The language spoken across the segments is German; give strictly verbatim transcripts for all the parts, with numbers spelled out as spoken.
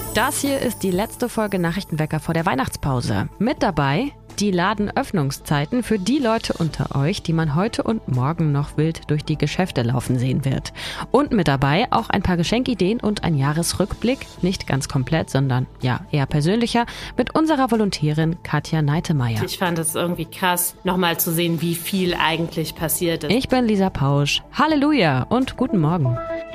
Das hier ist die letzte Folge Nachrichtenwecker vor der Weihnachtspause. Mit dabei die Ladenöffnungszeiten für die Leute unter euch, die man heute und morgen noch wild durch die Geschäfte laufen sehen wird. Und mit dabei auch ein paar Geschenkideen und ein Jahresrückblick, nicht ganz komplett, sondern ja eher persönlicher, mit unserer Volontärin Katja Neitemeyer. Ich fand es irgendwie krass, nochmal zu sehen, wie viel eigentlich passiert ist. Ich bin Lisa Pausch. Halleluja und guten Morgen.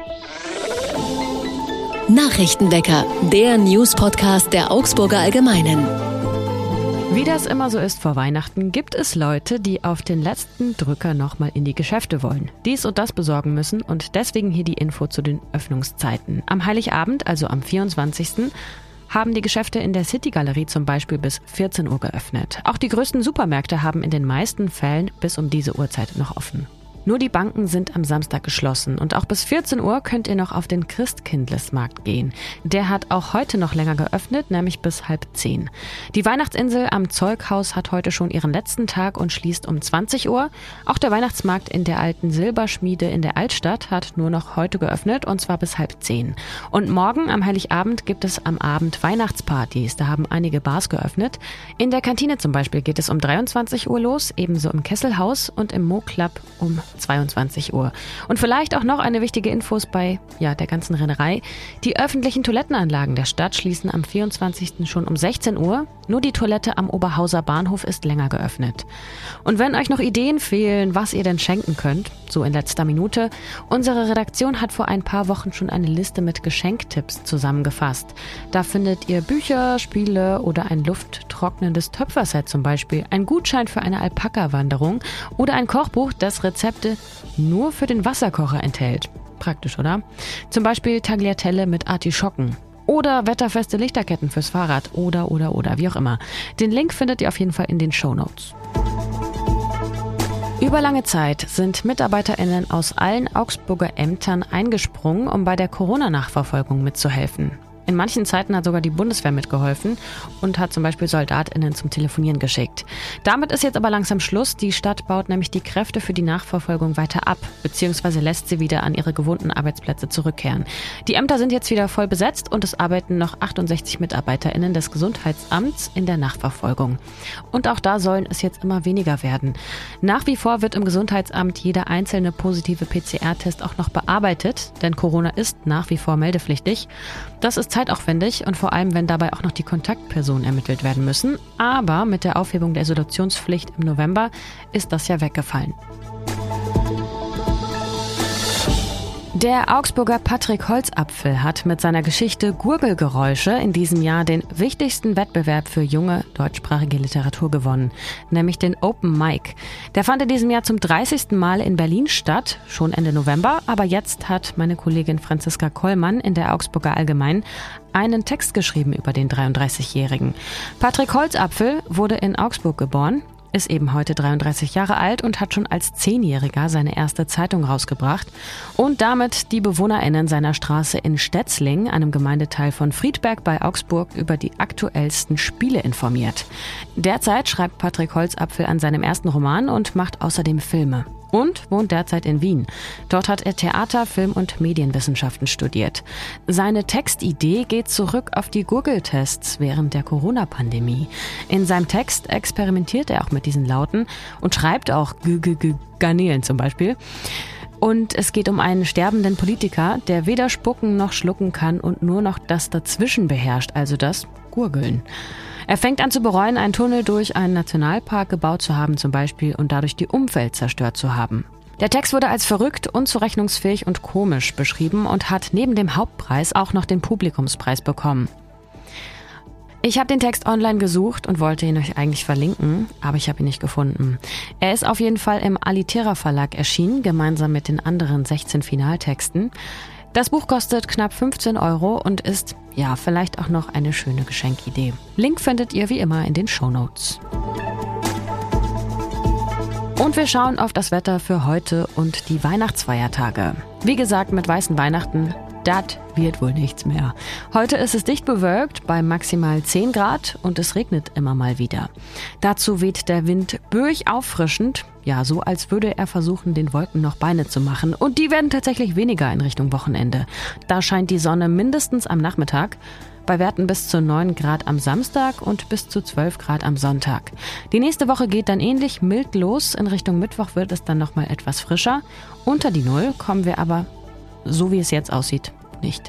Nachrichtenwecker, der News-Podcast der Augsburger Allgemeinen. Wie das immer so ist vor Weihnachten, gibt es Leute, die auf den letzten Drücker nochmal in die Geschäfte wollen, dies und das besorgen müssen und deswegen hier die Info zu den Öffnungszeiten. Am Heiligabend, also am vierundzwanzigsten haben die Geschäfte in der City-Galerie zum Beispiel bis vierzehn Uhr geöffnet. Auch die größten Supermärkte haben in den meisten Fällen bis um diese Uhrzeit noch offen. Nur die Banken sind am Samstag geschlossen und auch bis vierzehn Uhr könnt ihr noch auf den Christkindlesmarkt gehen. Der hat auch heute noch länger geöffnet, nämlich bis halb zehn. Die Weihnachtsinsel am Zeughaus hat heute schon ihren letzten Tag und schließt um zwanzig Uhr. Auch der Weihnachtsmarkt in der alten Silberschmiede in der Altstadt hat nur noch heute geöffnet und zwar bis halb zehn. Und morgen am Heiligabend gibt es am Abend Weihnachtspartys. Da haben einige Bars geöffnet. In der Kantine zum Beispiel geht es um dreiundzwanzig Uhr los, ebenso im Kesselhaus und im Mo Club um zweiundzwanzig Uhr. Und vielleicht auch noch eine wichtige Infos bei ja, der ganzen Rennerei. Die öffentlichen Toilettenanlagen der Stadt schließen am vierundzwanzigsten schon um sechzehn Uhr. Nur die Toilette am Oberhauser Bahnhof ist länger geöffnet. Und wenn euch noch Ideen fehlen, was ihr denn schenken könnt, so in letzter Minute, unsere Redaktion hat vor ein paar Wochen schon eine Liste mit Geschenktipps zusammengefasst. Da findet ihr Bücher, Spiele oder ein lufttrocknendes Töpferset zum Beispiel, ein Gutschein für eine Alpaka-Wanderung oder ein Kochbuch, das Rezepte nur für den Wasserkocher enthält. Praktisch, oder? Zum Beispiel Tagliatelle mit Artischocken. Oder wetterfeste Lichterketten fürs Fahrrad. Oder, oder, oder, wie auch immer. Den Link findet ihr auf jeden Fall in den Shownotes. Über lange Zeit sind MitarbeiterInnen aus allen Augsburger Ämtern eingesprungen, um bei der Corona-Nachverfolgung mitzuhelfen. In manchen Zeiten hat sogar die Bundeswehr mitgeholfen und hat zum Beispiel SoldatInnen zum Telefonieren geschickt. Damit ist jetzt aber langsam Schluss. Die Stadt baut nämlich die Kräfte für die Nachverfolgung weiter ab, beziehungsweise lässt sie wieder an ihre gewohnten Arbeitsplätze zurückkehren. Die Ämter sind jetzt wieder voll besetzt und es arbeiten noch achtundsechzig MitarbeiterInnen des Gesundheitsamts in der Nachverfolgung. Und auch da sollen es jetzt immer weniger werden. Nach wie vor wird im Gesundheitsamt jeder einzelne positive P C R-Test auch noch bearbeitet, denn Corona ist nach wie vor meldepflichtig. Das ist zeitaufwendig und vor allem, wenn dabei auch noch die Kontaktpersonen ermittelt werden müssen. Aber mit der Aufhebung der Isolationspflicht im November ist das ja weggefallen. Der Augsburger Patrick Holzapfel hat mit seiner Geschichte Gurgelgeräusche in diesem Jahr den wichtigsten Wettbewerb für junge deutschsprachige Literatur gewonnen, nämlich den Open Mic. Der fand in diesem Jahr zum dreißigsten Mal in Berlin statt, schon Ende November, aber jetzt hat meine Kollegin Franziska Kollmann in der Augsburger Allgemeinen einen Text geschrieben über den dreiunddreißigjährigen. Patrick Holzapfel wurde in Augsburg geboren, ist eben heute dreiunddreißig Jahre alt und hat schon als Zehnjähriger seine erste Zeitung rausgebracht und damit die BewohnerInnen seiner Straße in Stetzling, einem Gemeindeteil von Friedberg bei Augsburg, über die aktuellsten Spiele informiert. Derzeit schreibt Patrick Holzapfel an seinem ersten Roman und macht außerdem Filme. Und wohnt derzeit in Wien. Dort hat er Theater, Film und Medienwissenschaften studiert. Seine Textidee geht zurück auf die Gurgeltests während der Corona-Pandemie. In seinem Text experimentiert er auch mit diesen Lauten und schreibt auch Garnelen zum Beispiel. Und es geht um einen sterbenden Politiker, der weder spucken noch schlucken kann und nur noch das Dazwischen beherrscht, also das Gurgeln. Er fängt an zu bereuen, einen Tunnel durch einen Nationalpark gebaut zu haben zum Beispiel und dadurch die Umwelt zerstört zu haben. Der Text wurde als verrückt, unzurechnungsfähig und komisch beschrieben und hat neben dem Hauptpreis auch noch den Publikumspreis bekommen. Ich habe den Text online gesucht und wollte ihn euch eigentlich verlinken, aber ich habe ihn nicht gefunden. Er ist auf jeden Fall im Alitera Verlag erschienen, gemeinsam mit den anderen sechzehn Finaltexten. Das Buch kostet knapp fünfzehn Euro und ist, ja, vielleicht auch noch eine schöne Geschenkidee. Link findet ihr wie immer in den Shownotes. Und wir schauen auf das Wetter für heute und die Weihnachtsfeiertage. Wie gesagt, mit weißen Weihnachten, das wird wohl nichts mehr. Heute ist es dicht bewölkt bei maximal zehn Grad und es regnet immer mal wieder. Dazu weht der Wind böig auffrischend, ja, so als würde er versuchen, den Wolken noch Beine zu machen. Und die werden tatsächlich weniger in Richtung Wochenende. Da scheint die Sonne mindestens am Nachmittag. bei Werten bis zu neun Grad am Samstag und bis zu zwölf Grad am Sonntag. Die nächste Woche geht dann ähnlich mild los. In Richtung Mittwoch wird es dann nochmal etwas frischer. Unter die Null kommen wir aber, so wie es jetzt aussieht, nicht.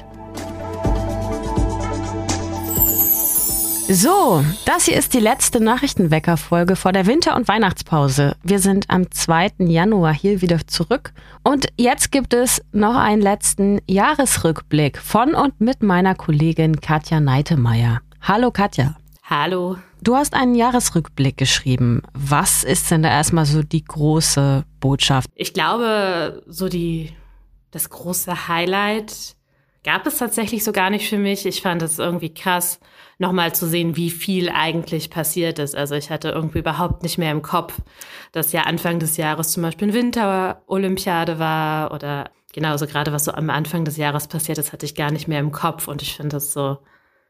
So, das hier ist die letzte Nachrichtenwecker-Folge vor der Winter- und Weihnachtspause. Wir sind am zweiten Januar hier wieder zurück und jetzt gibt es noch einen letzten Jahresrückblick von und mit meiner Kollegin Katja Neitemeier. Hallo Katja. Hallo. Du hast einen Jahresrückblick geschrieben. Was ist denn da erstmal so die große Botschaft? Ich glaube, so die das große Highlight gab es tatsächlich so gar nicht für mich. Ich fand es irgendwie krass, nochmal zu sehen, wie viel eigentlich passiert ist. Also ich hatte irgendwie überhaupt nicht mehr im Kopf, dass ja Anfang des Jahres zum Beispiel eine Winterolympiade war oder genauso gerade was so am Anfang des Jahres passiert ist, hatte ich gar nicht mehr im Kopf. Und ich finde das so,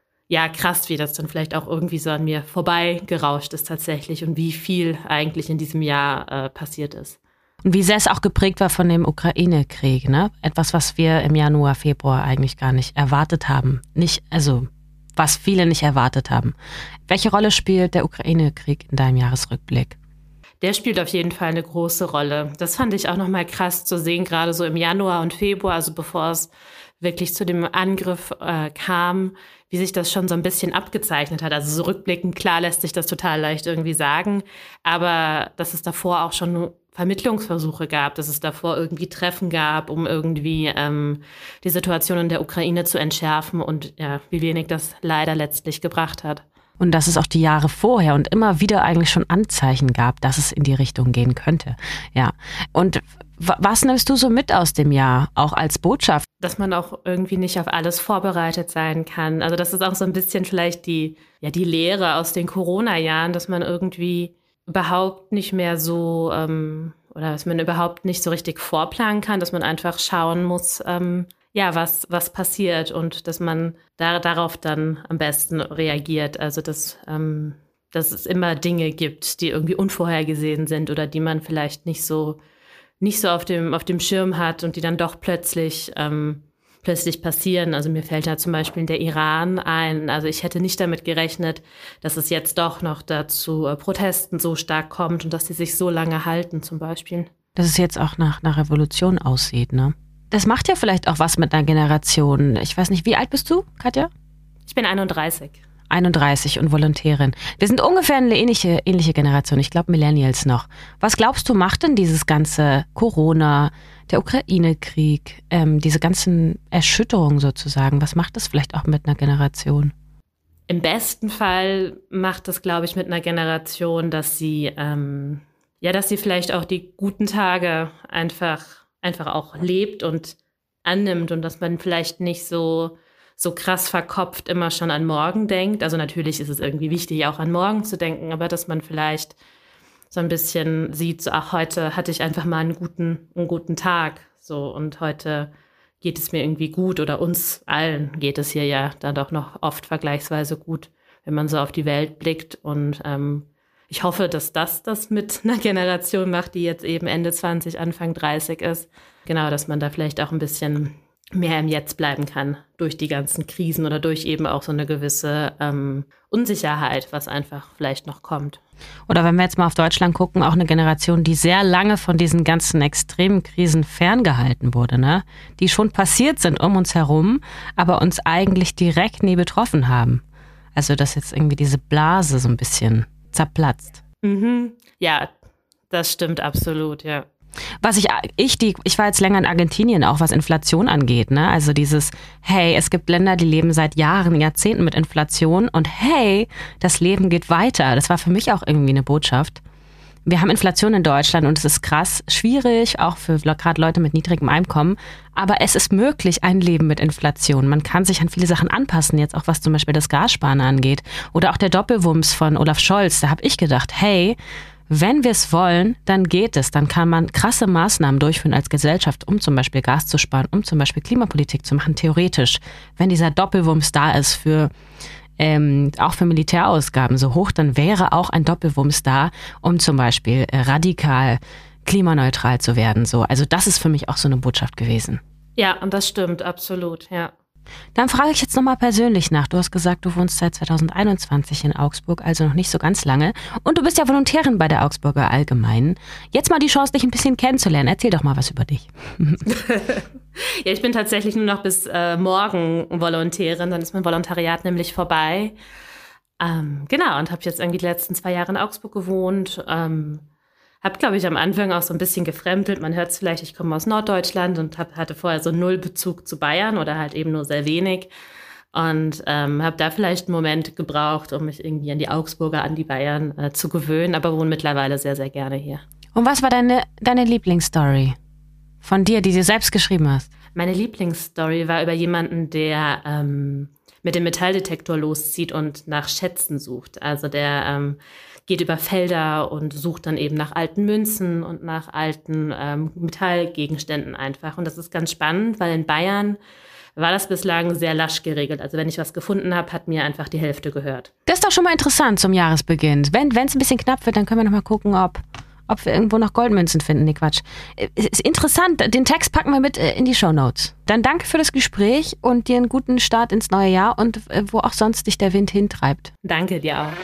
ja krass, wie das dann vielleicht auch irgendwie so an mir vorbeigerauscht ist tatsächlich und wie viel eigentlich in diesem Jahr äh, passiert ist. Und wie sehr es auch geprägt war von dem Ukraine-Krieg, ne? Etwas, was wir im Januar, Februar eigentlich gar nicht erwartet haben. Nicht, also, was viele nicht erwartet haben. Welche Rolle spielt der Ukraine-Krieg in deinem Jahresrückblick? Der spielt auf jeden Fall eine große Rolle. Das fand ich auch nochmal krass zu sehen, gerade so im Januar und Februar, also bevor es wirklich zu dem Angriff äh, kam, wie sich das schon so ein bisschen abgezeichnet hat. Also so rückblickend, klar lässt sich das total leicht irgendwie sagen, aber dass es davor auch schon Vermittlungsversuche gab, dass es davor irgendwie Treffen gab, um irgendwie ähm, die Situation in der Ukraine zu entschärfen und ja, wie wenig das leider letztlich gebracht hat. Und dass es auch die Jahre vorher und immer wieder eigentlich schon Anzeichen gab, dass es in die Richtung gehen könnte. Ja. Und w- was nimmst du so mit aus dem Jahr, auch als Botschaft? Dass man auch irgendwie nicht auf alles vorbereitet sein kann. Also das ist auch so ein bisschen vielleicht die, ja, die Lehre aus den Corona-Jahren, dass man irgendwie überhaupt nicht mehr so, ähm, oder dass man überhaupt nicht so richtig vorplanen kann, dass man einfach schauen muss, ähm, ja, was, was passiert und dass man da, darauf dann am besten reagiert. Also, dass, ähm, dass es immer Dinge gibt, die irgendwie unvorhergesehen sind oder die man vielleicht nicht so, nicht so auf dem, auf dem Schirm hat und die dann doch plötzlich, ähm, plötzlich passieren. Also mir fällt da zum Beispiel der Iran ein. Also ich hätte nicht damit gerechnet, dass es jetzt doch noch dazu äh, Protesten so stark kommt und dass sie sich so lange halten zum Beispiel. Dass es jetzt auch nach einer Revolution aussieht, ne? Das macht ja vielleicht auch was mit einer Generation. Ich weiß nicht, wie alt bist du, Katja? Ich bin einunddreißig. einunddreißig und Volontärin. Wir sind ungefähr eine ähnliche, ähnliche Generation. Ich glaube Millennials noch. Was glaubst du, macht denn dieses ganze Corona, der Ukraine-Krieg, ähm, diese ganzen Erschütterungen sozusagen, was macht das vielleicht auch mit einer Generation? Im besten Fall macht das, glaube ich, mit einer Generation, dass sie, ähm, ja, dass sie vielleicht auch die guten Tage einfach, einfach auch lebt und annimmt und dass man vielleicht nicht so, so krass verkopft immer schon an morgen denkt. Also natürlich ist es irgendwie wichtig, auch an morgen zu denken, aber dass man vielleicht so ein bisschen sieht, so, ach, heute hatte ich einfach mal einen guten, einen guten Tag, so, und heute geht es mir irgendwie gut oder uns allen geht es hier ja dann doch noch oft vergleichsweise gut, wenn man so auf die Welt blickt und ähm, ich hoffe, dass das das mit einer Generation macht, die jetzt eben Ende zwanzig, Anfang dreißig ist. Genau, dass man da vielleicht auch ein bisschen mehr im Jetzt bleiben kann durch die ganzen Krisen oder durch eben auch so eine gewisse ähm, Unsicherheit, was einfach vielleicht noch kommt. Oder wenn wir jetzt mal auf Deutschland gucken, auch eine Generation, die sehr lange von diesen ganzen extremen Krisen ferngehalten wurde, ne? Die schon passiert sind um uns herum, aber uns eigentlich direkt nie betroffen haben. Also dass jetzt irgendwie diese Blase so ein bisschen zerplatzt. Mhm. Ja, das stimmt absolut, ja. Was ich, ich, die, ich war jetzt länger in Argentinien, auch was Inflation angeht, ne? Also dieses, hey, es gibt Länder, die leben seit Jahren, Jahrzehnten mit Inflation und hey, das Leben geht weiter. Das war für mich auch irgendwie eine Botschaft. Wir haben Inflation in Deutschland und es ist krass schwierig, auch für gerade Leute mit niedrigem Einkommen. Aber es ist möglich, ein Leben mit Inflation. Man kann sich an viele Sachen anpassen, jetzt auch was zum Beispiel das Gassparen angeht. Oder auch der Doppelwumms von Olaf Scholz. Da habe ich gedacht, hey, wenn wir es wollen, dann geht es. Dann kann man krasse Maßnahmen durchführen als Gesellschaft, um zum Beispiel Gas zu sparen, um zum Beispiel Klimapolitik zu machen, theoretisch. Wenn dieser Doppelwumms da ist für ähm, auch für Militärausgaben so hoch, dann wäre auch ein Doppelwumms da, um zum Beispiel äh, radikal klimaneutral zu werden. So. Also das ist für mich auch so eine Botschaft gewesen. Ja, und das stimmt, absolut, ja. Dann frage ich jetzt nochmal persönlich nach. Du hast gesagt, du wohnst seit zwanzig einundzwanzig in Augsburg, also noch nicht so ganz lange. Und du bist ja Volontärin bei der Augsburger Allgemeinen. Jetzt mal die Chance, dich ein bisschen kennenzulernen. Erzähl doch mal was über dich. Ja, ich bin tatsächlich nur noch bis äh, morgen Volontärin. Dann ist mein Volontariat nämlich vorbei. Ähm, genau, und habe jetzt irgendwie die letzten zwei Jahre in Augsburg gewohnt. Ähm, Habe, glaube ich, am Anfang auch so ein bisschen gefremdelt. Man hört es vielleicht, ich komme aus Norddeutschland und hab, hatte vorher so null Bezug zu Bayern oder halt eben nur sehr wenig. Und ähm, habe da vielleicht einen Moment gebraucht, um mich irgendwie an die Augsburger, an die Bayern äh, zu gewöhnen. Aber wohne mittlerweile sehr, sehr gerne hier. Und was war deine, deine Lieblingsstory von dir, die du selbst geschrieben hast? Meine Lieblingsstory war über jemanden, der ähm, mit dem Metalldetektor loszieht und nach Schätzen sucht. Also der ähm, geht über Felder und sucht dann eben nach alten Münzen und nach alten ähm, Metallgegenständen einfach. Und das ist ganz spannend, weil in Bayern war das bislang sehr lasch geregelt. Also wenn ich was gefunden habe, hat mir einfach die Hälfte gehört. Das ist doch schon mal interessant zum Jahresbeginn. Wenn es ein bisschen knapp wird, dann können wir noch mal gucken, ob, ob wir irgendwo noch Goldmünzen finden. Nee, Quatsch. Ist interessant. Den Text packen wir mit in die Shownotes. Dann danke für das Gespräch und dir einen guten Start ins neue Jahr und wo auch sonst dich der Wind hintreibt. Danke dir auch.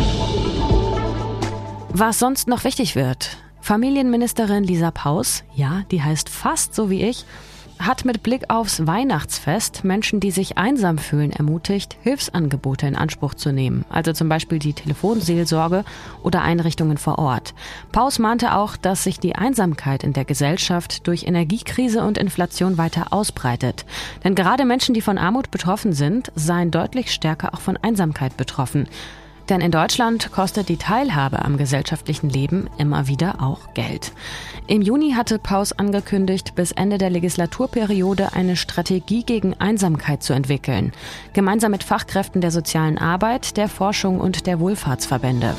Was sonst noch wichtig wird. Familienministerin Lisa Paus, ja, die heißt fast so wie ich, hat mit Blick aufs Weihnachtsfest Menschen, die sich einsam fühlen, ermutigt, Hilfsangebote in Anspruch zu nehmen. Also zum Beispiel die Telefonseelsorge oder Einrichtungen vor Ort. Paus mahnte auch, dass sich die Einsamkeit in der Gesellschaft durch Energiekrise und Inflation weiter ausbreitet. Denn gerade Menschen, die von Armut betroffen sind, seien deutlich stärker auch von Einsamkeit betroffen. Denn in Deutschland kostet die Teilhabe am gesellschaftlichen Leben immer wieder auch Geld. Im Juni hatte Paus angekündigt, bis Ende der Legislaturperiode eine Strategie gegen Einsamkeit zu entwickeln. Gemeinsam mit Fachkräften der sozialen Arbeit, der Forschung und der Wohlfahrtsverbände.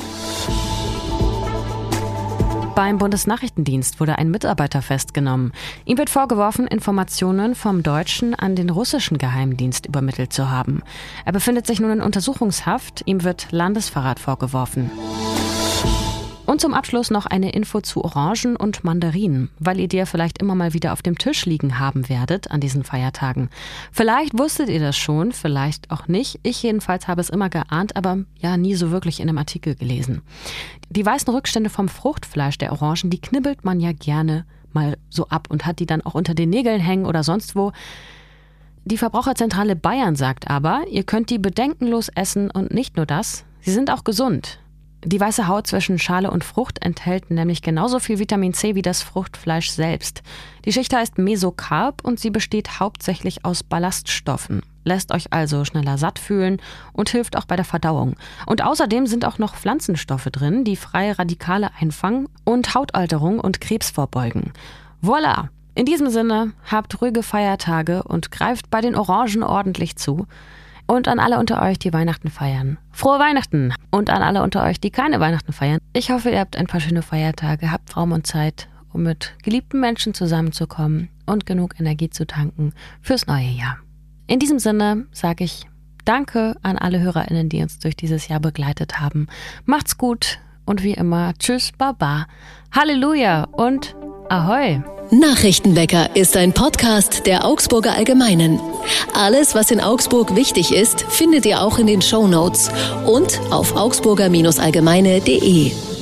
Beim Bundesnachrichtendienst wurde ein Mitarbeiter festgenommen. Ihm wird vorgeworfen, Informationen vom deutschen an den russischen Geheimdienst übermittelt zu haben. Er befindet sich nun in Untersuchungshaft. Ihm wird Landesverrat vorgeworfen. Und zum Abschluss noch eine Info zu Orangen und Mandarinen, weil ihr die ja vielleicht immer mal wieder auf dem Tisch liegen haben werdet an diesen Feiertagen. Vielleicht wusstet ihr das schon, vielleicht auch nicht. Ich jedenfalls habe es immer geahnt, aber ja nie so wirklich in einem Artikel gelesen. Die weißen Rückstände vom Fruchtfleisch der Orangen, die knibbelt man ja gerne mal so ab und hat die dann auch unter den Nägeln hängen oder sonst wo. Die Verbraucherzentrale Bayern sagt aber, ihr könnt die bedenkenlos essen und nicht nur das, sie sind auch gesund. Die weiße Haut zwischen Schale und Frucht enthält nämlich genauso viel Vitamin C wie das Fruchtfleisch selbst. Die Schicht heißt Mesokarp und sie besteht hauptsächlich aus Ballaststoffen. Lässt euch also schneller satt fühlen und hilft auch bei der Verdauung. Und außerdem sind auch noch Pflanzenstoffe drin, die freie Radikale einfangen und Hautalterung und Krebs vorbeugen. Voilà! In diesem Sinne, habt ruhige Feiertage und greift bei den Orangen ordentlich zu. Und an alle unter euch, die Weihnachten feiern. Frohe Weihnachten! Und an alle unter euch, die keine Weihnachten feiern. Ich hoffe, ihr habt ein paar schöne Feiertage, habt Raum und Zeit, um mit geliebten Menschen zusammenzukommen und genug Energie zu tanken fürs neue Jahr. In diesem Sinne sage ich Danke an alle HörerInnen, die uns durch dieses Jahr begleitet haben. Macht's gut und wie immer, tschüss, baba, Halleluja und Ahoi! Nachrichtenwecker ist ein Podcast der Augsburger Allgemeinen. Alles, was in Augsburg wichtig ist, findet ihr auch in den Shownotes und auf augsburger Bindestrich allgemeine punkt de.